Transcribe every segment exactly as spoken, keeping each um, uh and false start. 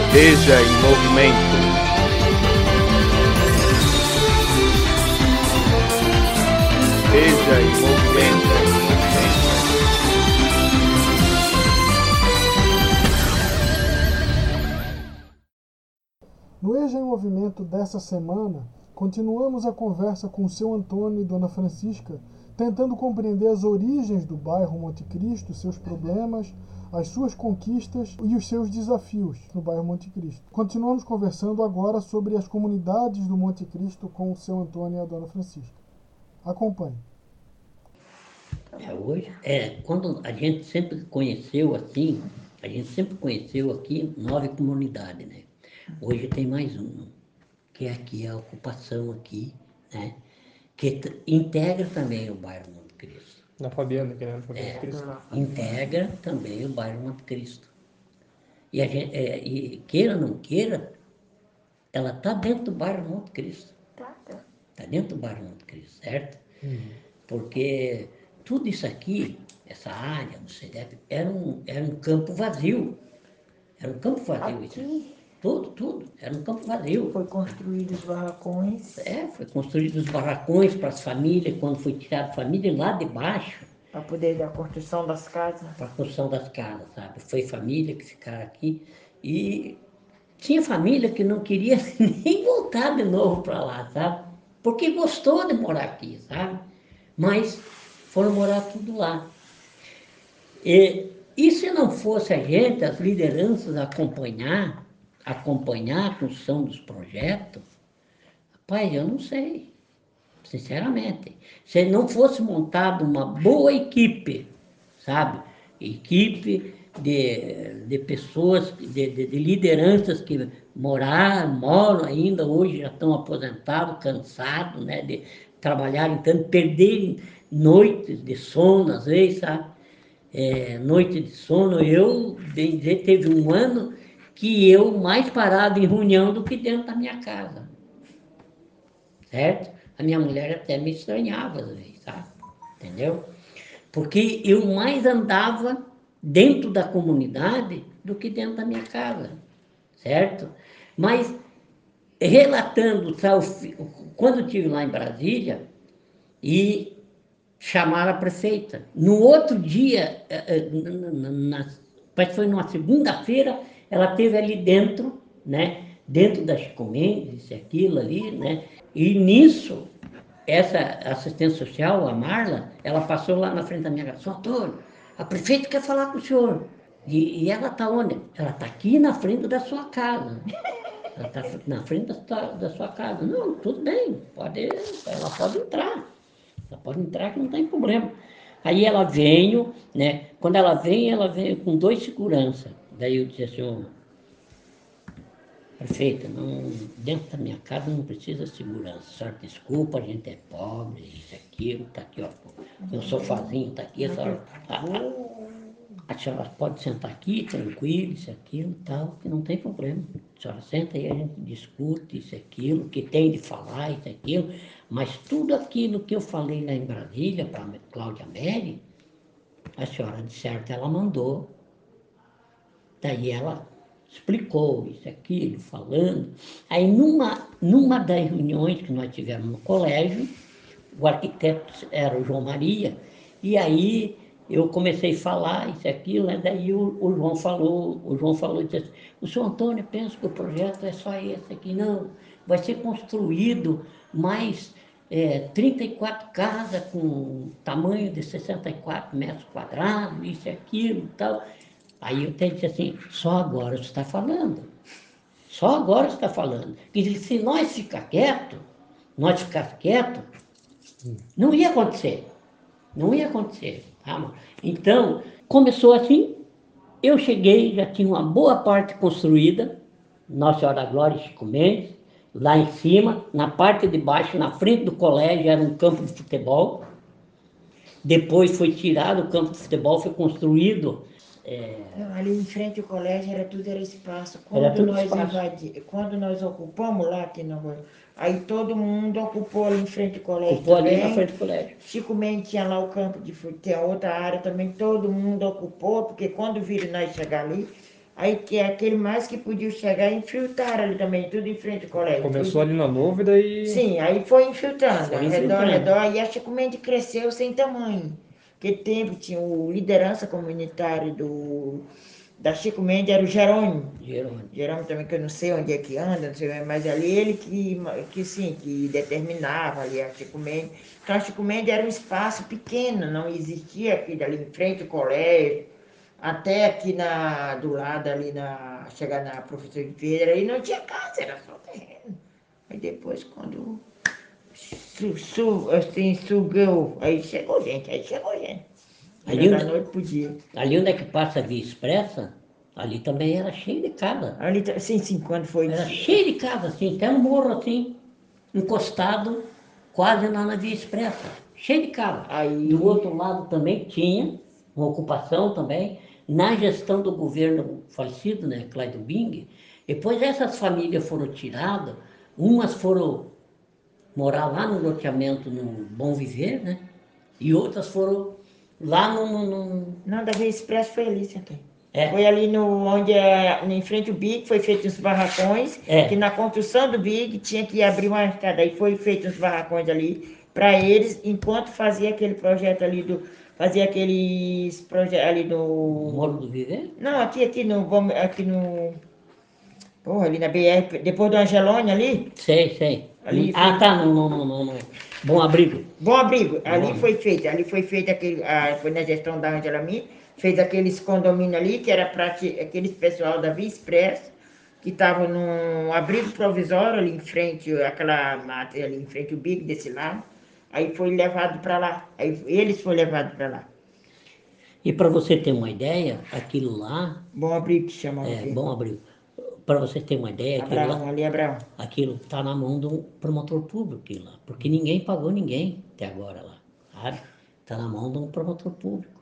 Veja em movimento. Veja em movimento. No Eja em Movimento dessa semana, continuamos a conversa com o seu Antônio e Dona Francisca, tentando compreender as origens do bairro Monte Cristo, seus problemas, as suas conquistas e os seus desafios no bairro Monte Cristo. Continuamos conversando agora sobre as comunidades do Monte Cristo com o seu Antônio e a Dona Francisca. Acompanhe. É, hoje, é, quando a gente sempre conheceu assim, a gente sempre conheceu aqui nove comunidades, né? Hoje tem mais uma, que é aqui a ocupação aqui, né? Que t- integra também o bairro Monte Cristo. Na Fabiana, que era Fabiana É, Cristo. integra também o bairro Monte Cristo. E, a gente, é, e queira ou não queira, ela está dentro do bairro Monte Cristo. Está dentro do bairro Monte Cristo, certo? Uhum. Porque tudo isso aqui, essa área do C D F, era um, era um campo vazio. Era um campo vazio. Isso. Aqui Tudo, tudo. Era um campo vazio. foi construído os barracões É, foi construído os barracões para as famílias, quando foi tirado a família lá de baixo, para poder dar a construção das casas. para a construção das casas, sabe? Foi família que ficaram aqui e tinha família que não queria nem voltar de novo para lá, sabe? Porque gostou de morar aqui, sabe? Mas foram morar tudo lá. E, e se não fosse a gente, as lideranças acompanhar, acompanhar a construção dos projetos, rapaz, eu não sei. Sinceramente, se não fosse montada uma boa equipe, sabe? Equipe de, de pessoas, de, de, de lideranças que moraram, moram ainda, hoje já estão aposentados, cansados, né? De trabalharem tanto, perderem noites de sono, às vezes, sabe? É, noite de sono, eu, bem dizer, teve um ano que eu mais parado em reunião do que dentro da minha casa, certo? A minha mulher até me estranhava às vezes, sabe? Entendeu? Porque eu mais andava dentro da comunidade do que dentro da minha casa, certo? Mas, relatando, sabe, quando eu estive lá em Brasília, e chamaram a prefeita. No outro dia, na, na, parece que foi numa segunda-feira, ela esteve ali dentro, né? Dentro das Mendes, isso e aquilo ali, né? E nisso, essa assistente social, a Marla, ela passou lá na frente da minha casa. Senhor Antônio, a prefeita quer falar com o senhor. E, e ela está onde? Ela está aqui na frente da sua casa. Ela está na frente da sua, da sua casa. Não, tudo bem, pode, ela pode entrar. Ela pode entrar que não tem problema. Aí ela veio, né? Quando ela vem, ela vem com dois seguranças. Daí eu disse assim, oh, prefeita, não, dentro da minha casa não precisa de segurança. A senhora desculpa, a gente é pobre, isso, aquilo, tá aqui, ó. Meu sofazinho tá aqui, a senhora. A, a, a senhora pode sentar aqui, tranquilo, isso, aquilo, tal, que não tem problema. A senhora senta aí, a gente discute isso, aquilo, que tem de falar, isso, aquilo. Mas tudo aquilo que eu falei lá em Brasília para a Cláudia Meri, a senhora, de certo, ela mandou. Daí ela explicou isso, aquilo, falando. Aí, numa, numa das reuniões que nós tivemos no colégio, o arquiteto era o João Maria, e aí eu comecei a falar isso, aquilo, né? Daí o, o João falou, o João falou, disse assim, o senhor Antônio pensa que o projeto é só esse aqui, não, vai ser construído mais é, trinta e quatro casas com tamanho de sessenta e quatro metros quadrados, isso e aquilo e tal. Aí eu até disse assim, só agora você está falando. Só agora você está falando. Que se nós ficar quieto, nós ficar quieto, não ia acontecer. Não ia acontecer. Tá? Então, começou assim, eu cheguei, já tinha uma boa parte construída, Nossa Senhora da Glória, Chico Mendes, lá em cima, na parte de baixo, na frente do colégio, era um campo de futebol. Depois foi tirado o campo de futebol, foi construído. É... Não, ali em frente ao colégio era tudo era espaço. Quando, Era tudo nós, espaço. Invadi, quando nós ocupamos lá, aqui na rua, aí todo mundo ocupou ali em frente ao colégio Ocupou também. ali na frente do colégio. Chico Mendes tinha lá o campo de futebol, tem a outra área também, todo mundo ocupou, porque quando viram nós chegar ali, Aí que é aquele mais que podia chegar, infiltraram ali também, tudo em frente ao colégio. Começou tudo. ali na Novo e daí... Sim, aí foi infiltrando, Foi ao redor, infiltrando. ao redor, e a Chico Mendes cresceu sem tamanho. Naquele tempo tinha o liderança comunitária do, da Chico Mendes, era o Jerônimo. Jerônimo. Jerônimo também, que eu não sei onde é que anda, não sei, mas ali ele que, que sim, que determinava ali a Chico Mendes. Então a Chico Mendes era um espaço pequeno, não existia aquilo ali em frente ao colégio, até aqui na, do lado ali, na, chegar na Professor de Feira, aí não tinha casa, era só terreno. Aí depois quando su, su, assim, sugou, aí chegou gente, aí chegou gente. Ali Era da onde, noite pro dia. ali onde é que passa a Via Expressa, ali também era cheio de casa. Ali, tá- sim, sim, quando foi... Era cheio de casa, assim, até um morro assim, encostado, quase lá na Via Expressa. Cheio de casa. Aí- Do outro lado também tinha uma ocupação também, na gestão do governo falecido, né, Cláudio Bing. Depois essas famílias foram tiradas, umas foram morar lá no loteamento no Bom Viver, né? E outras foram lá no... no, no- Não, da Via Expresso foi ali, Santana. É. Foi ali no, onde é, em frente ao Big, foi feito uns barracões, É. que na construção do Big tinha que abrir uma escada, aí foi feito uns barracões ali para eles, enquanto fazia aquele projeto ali do, fazia aqueles projetos ali do... Morro do Viver? Não, aqui, aqui no, Bom- aqui no, porra, ali na B R, depois do Angelone ali, Sei, sei. Ali ah, foi- tá, no, no, no, no, no Bom Abrigo. Bom Abrigo, ali Bom. foi feito, ali foi feito aquele, ah, foi na gestão da Angela Mi, fez aqueles condomínios ali, que era para aqueles pessoal da Via Express, que estavam num abrigo provisório ali em frente, aquela mata ali em frente ao Big desse lado, aí foi levado para lá, aí eles foram levados para lá. E para você ter uma ideia, aquilo lá, Bom Abrigo que chamava é aqui. Bom Abrigo. Para você ter uma ideia, aquilo Abraão, lá, ali é Abraão. aquilo está na mão do promotor público, aquilo lá, porque ninguém pagou ninguém até agora lá, sabe? Está na mão de um promotor público.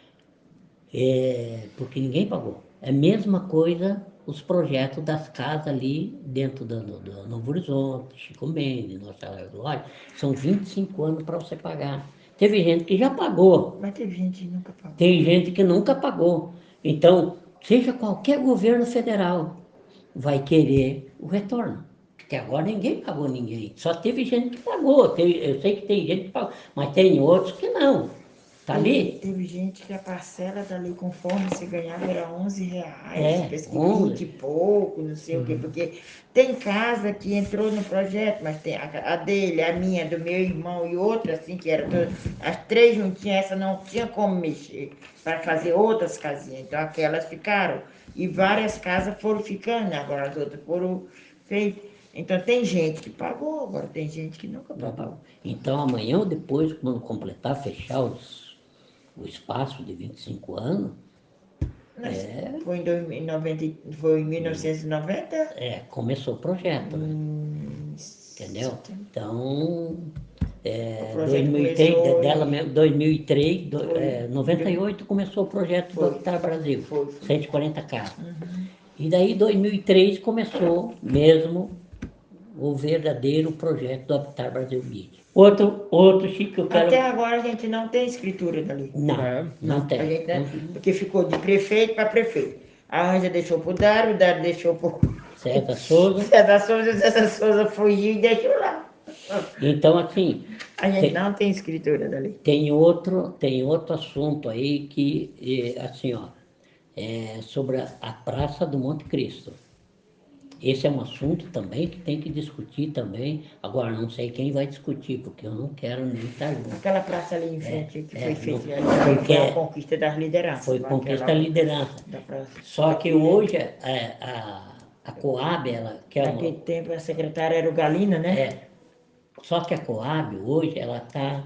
É, porque ninguém pagou. É a mesma coisa os projetos das casas ali dentro do, do, do Novo Horizonte, Chico Mendes, Nossa Senhora do Rosário, são vinte e cinco anos para você pagar. Teve gente que já pagou, Mas teve gente que nunca pagou. tem gente que nunca pagou. Então, seja qualquer governo federal, vai querer o retorno. Porque agora ninguém pagou ninguém. Só teve gente que pagou. Tem- eu sei que tem gente que pagou, mas tem outros que não. Tá Teve, ali? teve gente que a parcela dali, conforme você ganhava, era onze reais, É, parece que onze. vinte e pouco, não sei o quê, porque tem casa que entrou no projeto, mas tem a, a dele, a minha, do meu irmão e outra, assim, que era todas, as três juntinhas, essa não tinha como mexer, para fazer outras casinhas, então aquelas ficaram, e várias casas foram ficando, agora as outras foram feitas. Então tem gente que pagou, agora tem gente que nunca Não pagou. pagou. Então amanhã ou depois, quando completar, fechar os, o espaço de vinte e cinco anos, Mas É. Foi em, dois mil e noventa, foi em mil novecentos e noventa? é, começou o projeto, né? Hum, Entendeu? Então, é, O projeto dois mil e três, começou de- dela em- mesmo, dois mil e três, do, Foi. é, noventa e oito começou o projeto Foi. do Habitat Brasil, Foi, foi. cento e quarenta casas. E daí, dois mil e três, começou mesmo o verdadeiro projeto do Habitat Brasil Mídia. Outro, outro, Chico, que eu quero... Até agora a gente não tem escritura dali. Não, É. não tem. A gente, né? Não- Porque ficou de prefeito para prefeito. A Anja deixou pro Dário, o Dário deixou pro César Souza. César Souza, o César Souza fugiu e deixou lá. Então, assim, A gente tem, não tem escritura dali. tem outro, tem outro assunto aí que, eh, assim, ó, é sobre a, a Praça do Monte Cristo. Esse é um assunto também que tem que discutir também. Agora, não sei quem vai discutir, porque eu não quero nem estar junto. Aquela praça ali em frente que é, foi feita, não- ali, porque foi a conquista das lideranças. Foi aquela conquista da liderança. da praça. Só que hoje é, a, a Coab, ela quer uma... Naquele tempo a secretária era o Galina, né? É, só que a Coab hoje ela está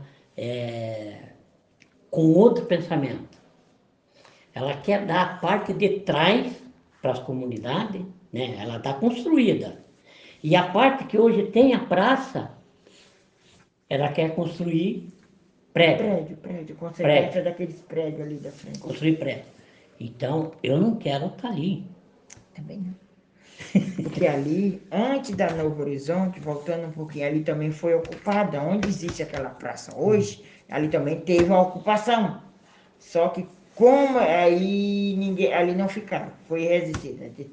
com outro pensamento. Ela quer dar a parte de trás para as comunidades, né? Ela está construída. E a parte que hoje tem a praça, ela quer construir prédio, Prédio, prédio, consequência daqueles prédios ali da frente. construir prédio. Então, eu não quero estar ali. Também não. Porque ali, antes da Novo Horizonte, voltando um pouquinho, ali também foi ocupada. Onde existe aquela praça hoje, ali também teve a ocupação. Só que Como aí ninguém, ali não ficava, foi resistida, de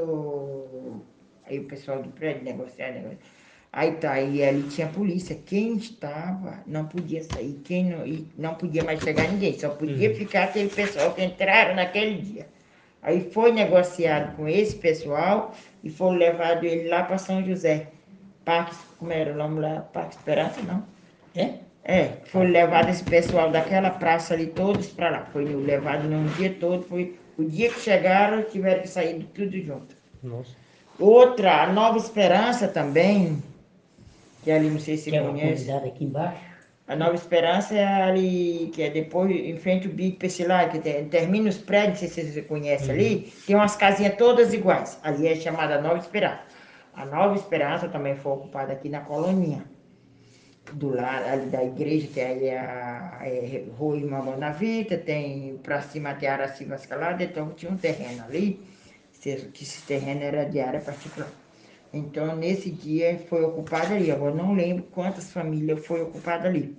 tanto aí o pessoal do prédio negociar, negociar. Aí tá, aí ali tinha polícia, quem estava não podia sair, quem não, e não podia mais chegar ninguém, só podia Uhum. ficar aquele pessoal que entraram naquele dia. Aí foi negociado com esse pessoal e foram levados ele lá para São José. Parque, como era o nome lá? Parque Esperança, não? É? É, foi levado esse pessoal daquela praça ali, todos para lá. Foi levado num dia todo, foi o dia que chegaram, tiveram que sair tudo junto. Nossa. Outra, a Nova Esperança também, que ali não sei se Que você é uma conhece. comunidade aqui embaixo. A Nova Esperança é ali, que é depois, em frente ao Big Pecilar, que tem- termina os prédios, não sei se você conhece ali, tem umas casinhas todas iguais. Ali é chamada Nova Esperança. A Nova Esperança também foi ocupada aqui na Coloninha, do lado ali da igreja, que aí é a é, Rua Irmã Bonavita, tem pra cima até Araci Vascalada, então tinha um terreno ali, esse- que esse terreno era de área particular. Então, nesse dia foi ocupada ali, agora não lembro quantas famílias foi ocupada ali.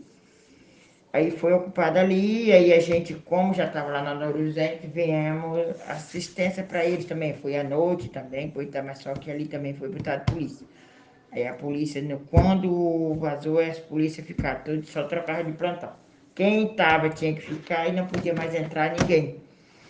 Aí foi ocupada ali, aí a gente, como já estava lá na Noruzente, viemos assistência para eles também. Foi à noite também, coitado, mas só que ali também foi botado polícia. Aí a polícia, no- quando vazou, as polícias ficaram todos, só trocavam de plantão. Quem estava tinha que ficar e não podia mais entrar ninguém.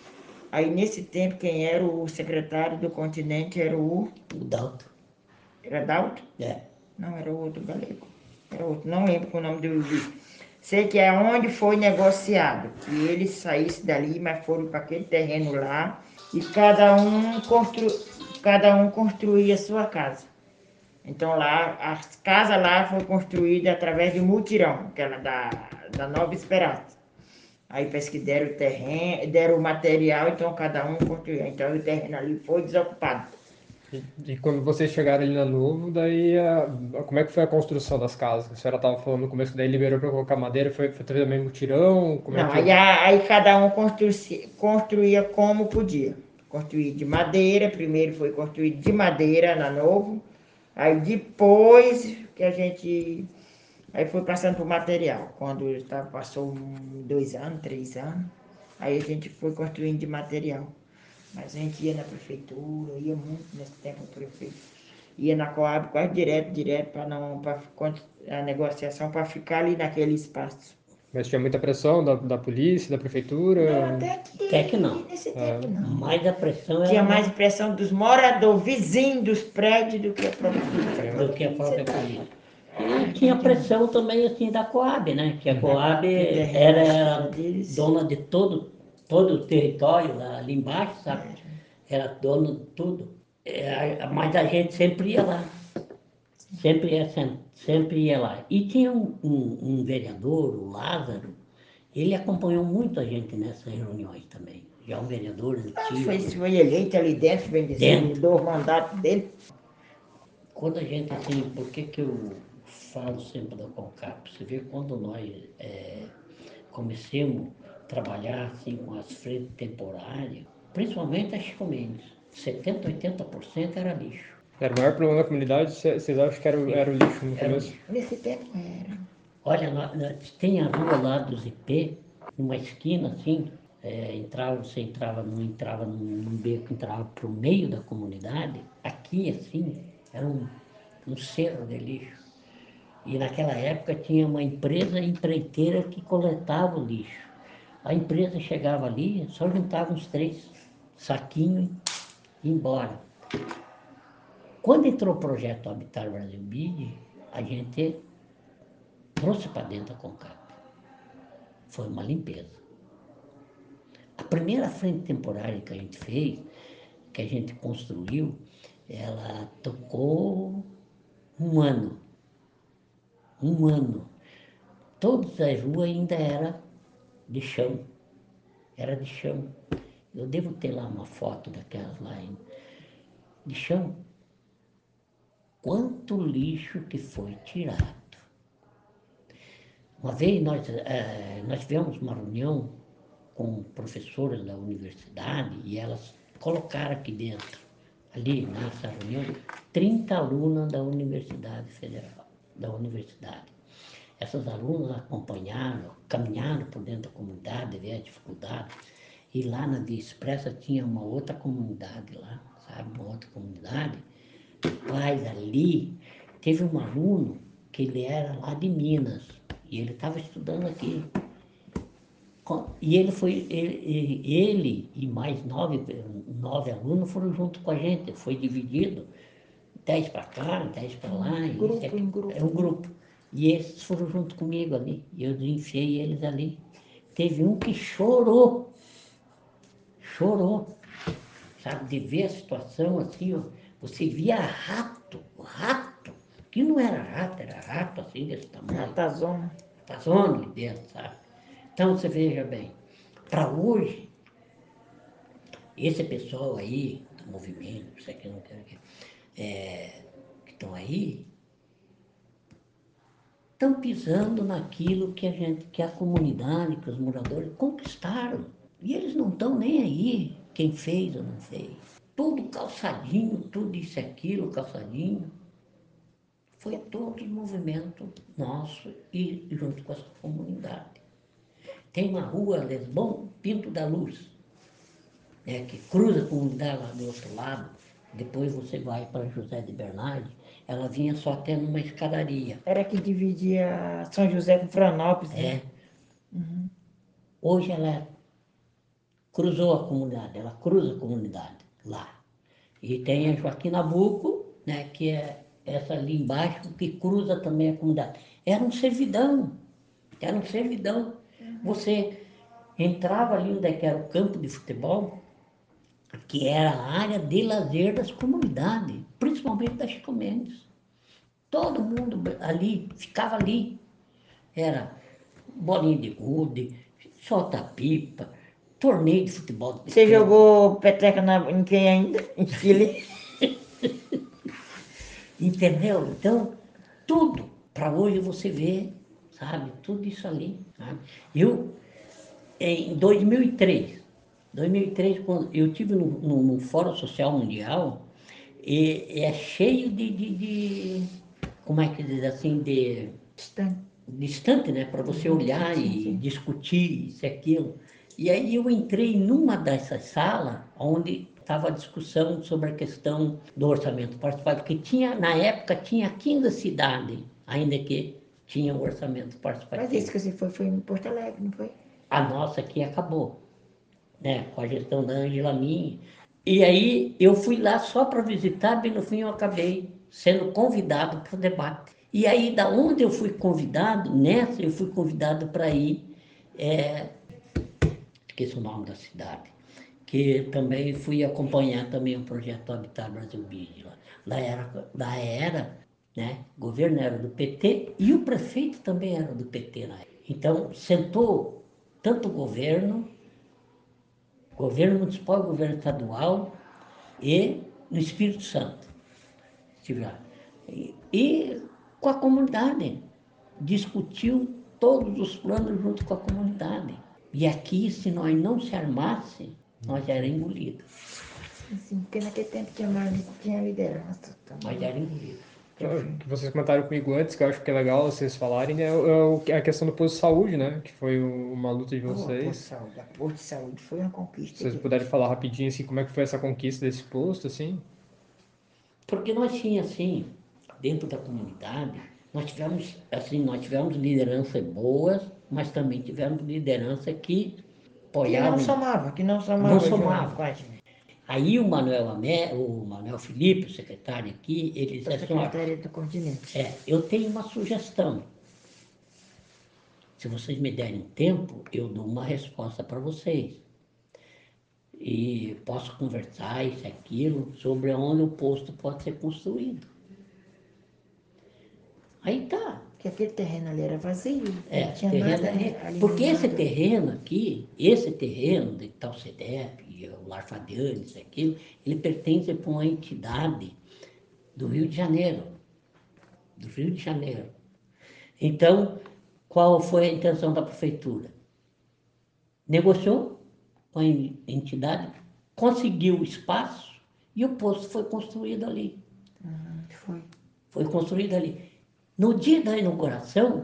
Aí nesse tempo, quem era o secretário do continente era o. O Dalto. Era Dalto? É. Não, era o outro galego. Era outro, não lembro o nome do juiz. Sei que é onde foi negociado, que eles saíssem dali, mas foram para aquele terreno lá, e cada um, constru, cada um construía a sua casa. Então lá, a casa lá foi construída através de mutirão, aquela da, da Nova Esperança. Aí parece que deram o terreno, deram o material, então cada um construiu. Então o terreno ali foi desocupado. E, e quando vocês chegaram ali na Novo, daí a, a- como é que foi a construção das casas? A senhora estava falando no começo que daí liberou para colocar madeira, foi, foi também mutirão? Como é Não, que... aí, a- aí cada um construi- construía como podia. Construía de madeira, primeiro foi construído de madeira na Novo, aí depois que a gente. Aí foi passando para o material. Quando tá, passou um, dois anos, três anos, aí a gente foi construindo de material. Mas a gente ia na prefeitura, ia muito nesse tempo no prefeito. Ia na Coab quase direto, direto, para não, para a negociação, para ficar ali naquele espaço. Mas tinha muita pressão da, da polícia, da prefeitura? Não, até que, Até que não. nesse É. tempo não. Mais a pressão Tinha era mais pressão dos moradores, vizinhos dos prédios do que a própria polícia. do que a própria polícia. E tinha pressão também assim da Coab, né? Que a Coab era dona de todo, todo o território lá, ali embaixo, sabe? Era dona de tudo. É, a- mas a gente sempre ia lá. Sempre ia, sem- sempre ia lá. E tinha um, um- um vereador, o Lázaro, ele acompanhou muito a gente nessas reuniões também. Já um vereador antigo. Foi, foi eleito ali dentro, bem dizer, Dentro. do mandato dele. Quando a gente, assim, por que que eu falo sempre da CONCAP? Você vê quando nós é, começamos a trabalhar assim, com as frentes temporárias, principalmente as Chico Mendes, setenta, oitenta por cento era lixo. Era o maior problema da comunidade, cê- vocês acham que era, o- era o lixo no Era o começo? lixo. Nesse tempo era. Olha, na- na- tem a rua lá dos I P, numa esquina assim, é, entrava, você entrava, não entrava num, num beco, entrava para o meio da comunidade, aqui assim, era um, um cerro de lixo. E naquela época tinha uma empresa empreiteira que coletava o lixo. A empresa chegava ali, só juntava uns três saquinhos e ia embora. Quando entrou o projeto Habitat Brasil Bid, a gente trouxe para dentro da CONCAP. Foi uma limpeza. A primeira frente temporária que a gente fez, que a gente construiu, ela tocou um ano. Um ano. Todas as ruas ainda eram de chão. Era de chão. Eu devo ter lá uma foto daquelas lá ainda. De chão. Quanto lixo que foi tirado. Uma vez nós, eh, nós tivemos uma reunião com professoras da universidade e elas colocaram aqui dentro, ali nessa reunião, trinta alunas da Universidade Federal, da universidade. Essas alunas acompanharam, caminharam por dentro da comunidade, ver a dificuldade. E lá na Via Expressa tinha uma outra comunidade lá, sabe? Uma outra comunidade. Mas ali teve um aluno que ele era lá de Minas e ele estava estudando aqui. E ele foi, ele, ele e mais nove, nove alunos foram junto com a gente, foi dividido, dez para cá, dez para lá. E Grupo é, em grupo. é um grupo. E esses foram junto comigo ali. E eu enfiei eles ali. Teve um que chorou. Chorou. Sabe, de ver a situação assim, ó. Você via rato, rato. Que não era rato, era rato assim desse tamanho. Ratazona. Ratazona ali dentro, sabe? Então você veja bem, para hoje, esse pessoal aí, do movimento, isso aqui, não quero que, é, que estão aí, estão pisando naquilo que a gente, que a comunidade, que os moradores conquistaram. E eles não estão nem aí, quem fez ou não fez. Tudo calçadinho, tudo isso e aquilo, calçadinho. Foi todo o movimento nosso e junto com essa comunidade. Tem uma rua, Lesbão, Pinto da Luz, né, que cruza a comunidade lá do outro lado. Depois você vai para José de Bernardes, ela vinha só até numa escadaria. Era que dividia São José com Franópolis, né? É. Uhum. Hoje ela cruzou a comunidade, ela cruza a comunidade lá. E tem a Joaquim Nabuco, né, que é essa ali embaixo, que cruza também a comunidade. Era um servidão, era um servidão. Você entrava ali onde é que era o campo de futebol, que era a área de lazer das comunidades, principalmente das Chico Mendes. Todo mundo ali, ficava ali. Era bolinha de gude, solta-pipa, torneio de futebol. Você jogou peteca na, em quem ainda? Em Chile? Entendeu? Então, tudo, para hoje você vê, sabe? Tudo isso ali. Sabe? Eu, em dois mil e três, dois mil e três, quando eu estive no, no, no Fórum Social Mundial, e é cheio de, de, de, como é que diz assim, de... Distante. Distante, né? Para você olhar Sim, e sim. discutir isso e aquilo. E aí eu entrei numa dessas salas onde estava a discussão sobre a questão do orçamento participativo, porque tinha, na época tinha quinze cidades, ainda que tinha o orçamento participativo. Mas isso que você foi, foi em Porto Alegre, não foi? A nossa aqui acabou, né? Com a gestão da Ângela Minha. E aí eu fui lá só para visitar, e no fim eu acabei sendo convidado para o debate. E aí, da onde eu fui convidado, nessa eu fui convidado para ir, é, esqueci o nome da cidade, que também fui acompanhar também o projeto Habitat Brasil Verde lá. Lá era, lá era, né, o governo era do P T e o prefeito também era do P T na época. Então, sentou tanto o governo, governo municipal, governo estadual e no Espírito Santo. Estive lá. E, e com a comunidade, discutiu todos os planos junto com a comunidade. E aqui, se nós não se armasse, nós era engolido. Sim, porque naquele tempo tinha, mais, tinha liderança também. Nós era engolido. O que vocês comentaram comigo antes, que eu acho que é legal vocês falarem, né, é o- é a questão do posto de saúde, né? Que foi o- uma luta de Oh, a posto de vocês. saúde. A posto de saúde foi uma conquista. Vocês de- puderem falar rapidinho, assim, como é que foi essa conquista desse posto, assim? Porque nós tínhamos, assim, dentro da comunidade, nós tivemos, assim, nós tivemos lideranças boas, mas também tivemos liderança que Que apoiavam. não somava, que não somava. Não junto somava. com a gente. Aí o Manuel, Amé, o Manuel Felipe, o secretário aqui, ele disse Da assim, ó, Secretaria do Continente. é, eu tenho uma sugestão. Se vocês me derem tempo, eu dou uma resposta para vocês. E posso conversar isso e aquilo sobre onde o posto pode ser construído. Aí tá. Porque aquele terreno ali era vazio. É, não tinha terreno nada ali. ali. Porque no esse lado. terreno aqui, esse terreno de tal C D E P, o Lar Fabiano, isso e aquilo, ele pertence para uma entidade do Rio de Janeiro. Do Rio de Janeiro. Então, qual foi a intenção da prefeitura? Negociou com a entidade, conseguiu o espaço e o posto foi construído ali. Uhum, foi. Foi construído ali. No dia da inauguração,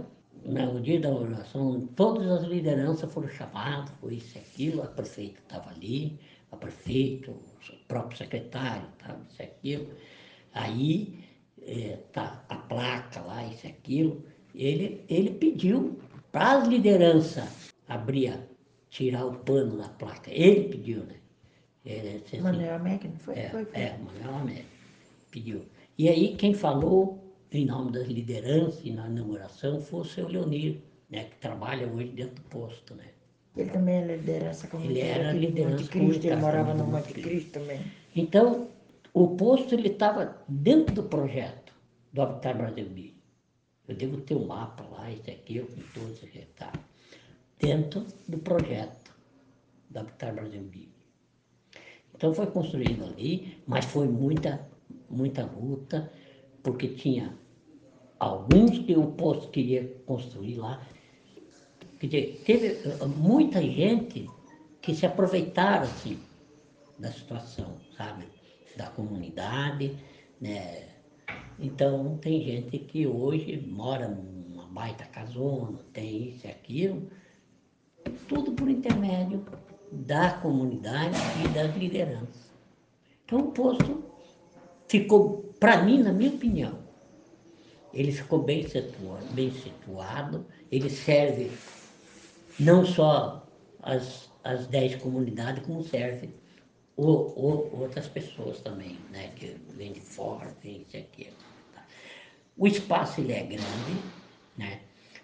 No dia da oração, todas as lideranças foram chamadas, foi isso e aquilo, a prefeita estava ali, a prefeita, o próprio secretário, estava isso e aquilo. Aí, eh, tá a placa lá, isso e aquilo. Ele, ele pediu para as lideranças abrir, tirar o pano da placa. Ele pediu, né? Ele, assim, Manuel Américo, não foi? é, Foi, foi. é, Manuel Américo pediu. E aí quem falou em nome das lideranças e na inauguração foi o seu Leonir, né, que trabalha hoje dentro do posto, né? Ele também é liderança Ele comunitária era aqui do Monte liderança Cristo, ele comunitária morava também no do Monte Monte Cristo também. Então, o posto ele estava dentro do projeto do Habitat Brasil Bio. Eu devo ter um mapa lá, esse aqui, eu com todos os hectares. Dentro do projeto do Habitat Brasil Bio. Então foi construído ali, mas foi muita, muita luta, porque tinha alguns que o posto queria construir lá. Quer dizer, teve uh, muita gente que se aproveitaram assim, da situação, sabe? Da comunidade, né? Então tem gente que hoje mora numa baita casona, tem isso e aquilo, tudo por intermédio da comunidade e das lideranças. Então o posto ficou, para mim, na minha opinião, ele ficou bem situado, bem situado, ele serve não só as, as dez comunidades, como serve o, o, outras pessoas também, né, que vêm de fora, vêm isso aqui. Tá? O espaço ele é grande, né?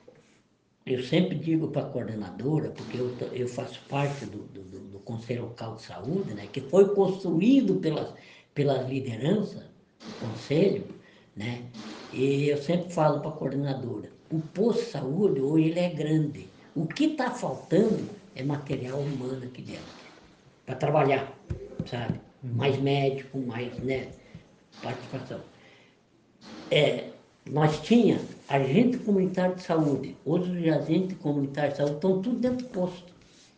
Eu sempre digo para a coordenadora, porque eu, eu faço parte do, do, do Conselho Local de Saúde, né, que foi construído pelas, pelas lideranças do Conselho, né, e eu sempre falo para a coordenadora, o posto de saúde hoje ele é grande, o que está faltando é material humano aqui dentro, para trabalhar, sabe? Mais médico, mais, né, participação. É, nós tínhamos agente comunitário de saúde, outros agentes comunitários de saúde estão tudo dentro do posto,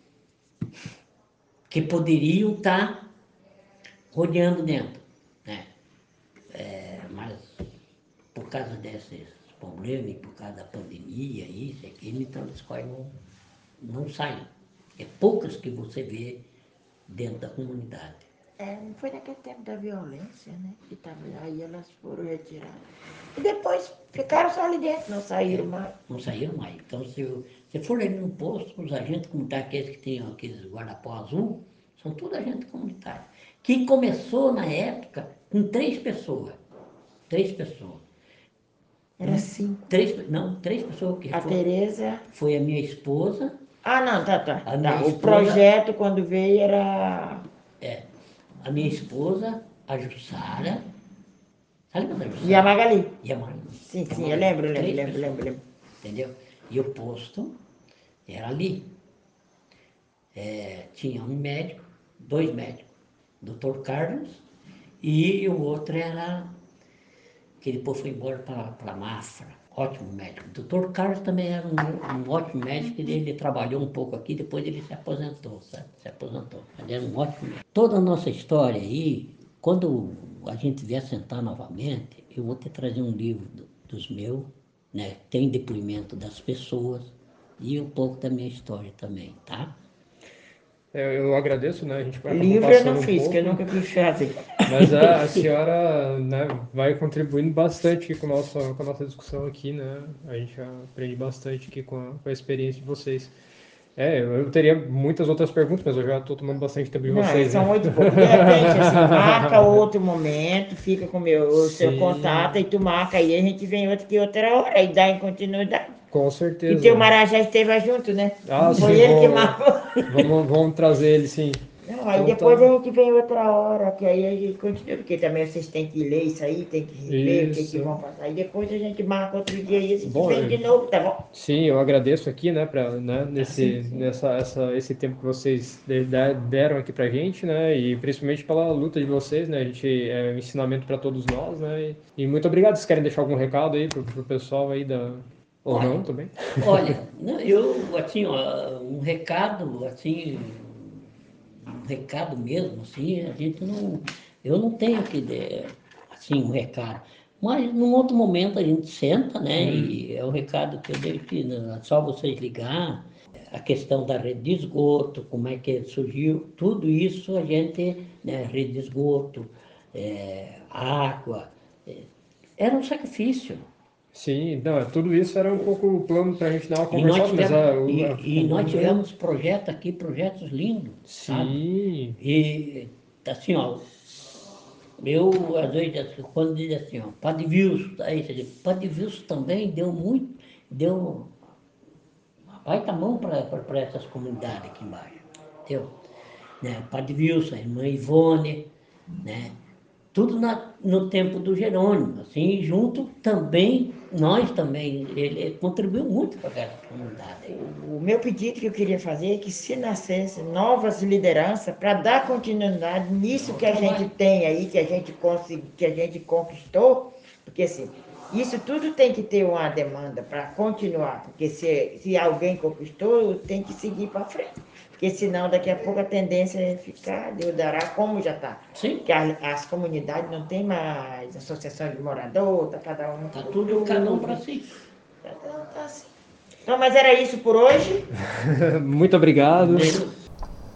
que poderiam estar rodeando dentro, né? É, mas por causa desses problemas e por causa da pandemia, isso e aquilo, então eles quase não, não saem. É poucas que você vê dentro da comunidade. É, não foi naquele tempo da violência, né? Que tava, aí elas foram retiradas. E depois ficaram só ali dentro, não saíram mais. Não saíram mais. Então, se você for ali no posto, os agentes comunitários, aqueles que têm aqueles guarda-pó azul, são todos agentes comunitários. Que começou na época com três pessoas. Três pessoas. Era cinco. Três, não, três pessoas. Que A foi, Tereza. foi a minha esposa. Ah, não, tá, tá. A minha tá. O esposa- projeto, quando veio, era. É, a minha esposa, a Jussara. Sabe quando é a Jussara? E a Magali. E a Magali. Sim, E a sim, Magali. eu lembro, lembro, Três lembro, pessoas. lembro, lembro. Entendeu? E o posto era ali. É, tinha um médico, dois médicos, doutor Carlos, e o outro era, que depois foi embora para a Mafra, ótimo médico. O doutor Carlos também era um, um ótimo médico, ele, ele trabalhou um pouco aqui, depois ele se aposentou, sabe? Se aposentou, mas era um ótimo médico. Toda a nossa história aí, quando a gente vier sentar novamente, eu vou te trazer um livro do, dos meus, né? Tem depoimento das pessoas e um pouco da minha história também, tá? Eu, eu agradeço, né? A gente acabou Livro eu passando não um fiz, que eu pouco, nunca quis fazer. mas a, a senhora, né, vai contribuindo bastante com a nossa, com a nossa discussão aqui, né? A gente aprende bastante aqui com a, com a experiência de vocês. É, eu, eu teria muitas outras perguntas, mas eu já estou tomando bastante tempo de Não, vocês, são né? oito e pouco. De repente, assim, marca outro momento, fica com o meu, o seu Sim. contato, e tu marca aí, a gente vem outra que outra hora, e dá em continuidade. Com E certeza. teu Marajá esteve junto, né? Ah, Foi sim, ele que vou- marcou. Vamos, vamos trazer ele, sim. Não, aí Então depois tá. a gente vem outra hora, que aí a gente continua, porque também vocês têm que ler isso aí, tem que rever o que, que Isso. vão passar. E depois a gente marca outro dia e a gente Bom, vem eu- de novo, tá bom? Sim, eu agradeço aqui, né, pra, né, nesse, Sim, sim. nessa, essa, esse tempo que vocês de- de- deram aqui pra gente, né, e principalmente pela luta de vocês, né, a gente, é um ensinamento para todos nós, né, e, e muito obrigado. Vocês querem deixar algum recado aí pro, pro pessoal aí da... Ou Olha, não, também? Olha, não, eu, assim, ó, um recado, assim, um recado mesmo, assim, a gente não, eu não tenho que, de- assim, um recado. Mas num outro momento a gente senta, né? Hum. E é o recado que eu dei aqui, né? É só vocês ligar, a questão da rede de esgoto, como é que surgiu, tudo isso a gente, né? Rede de esgoto, é, água, é, era um sacrifício. Sim, não, tudo isso era um pouco o plano para a gente dar uma E nós conversada, mas a, tivemos, o- a, e, e o nós momento- tivemos projetos aqui, projetos lindos, sabe? Sim, E assim, ó, eu às vezes assim, quando diz assim, ó, Padre Wilson, aí você diz, Padre Wilson também deu muito, deu uma baita mão para essas comunidades aqui embaixo, entendeu? Né? Padre Wilson, a irmã Ivone, né? Tudo na, no tempo do Jerônimo, assim, junto também, nós também, ele, ele contribuiu muito para essa comunidade aí. O meu pedido que eu queria fazer é que se nascesse novas lideranças para dar continuidade nisso que a gente tem aí, que a gente consegui, que a gente conquistou, porque assim, isso tudo tem que ter uma demanda para continuar, porque se, se alguém conquistou, tem que seguir para frente. Porque senão daqui a pouco a tendência é ficar, Deus dará, como já está. Sim. Porque as, as comunidades não tem mais associação de morador, tá cada um. Está tudo, cada um para si. Tá, tá assim. Então, mas era isso por hoje. muito obrigado. Deus.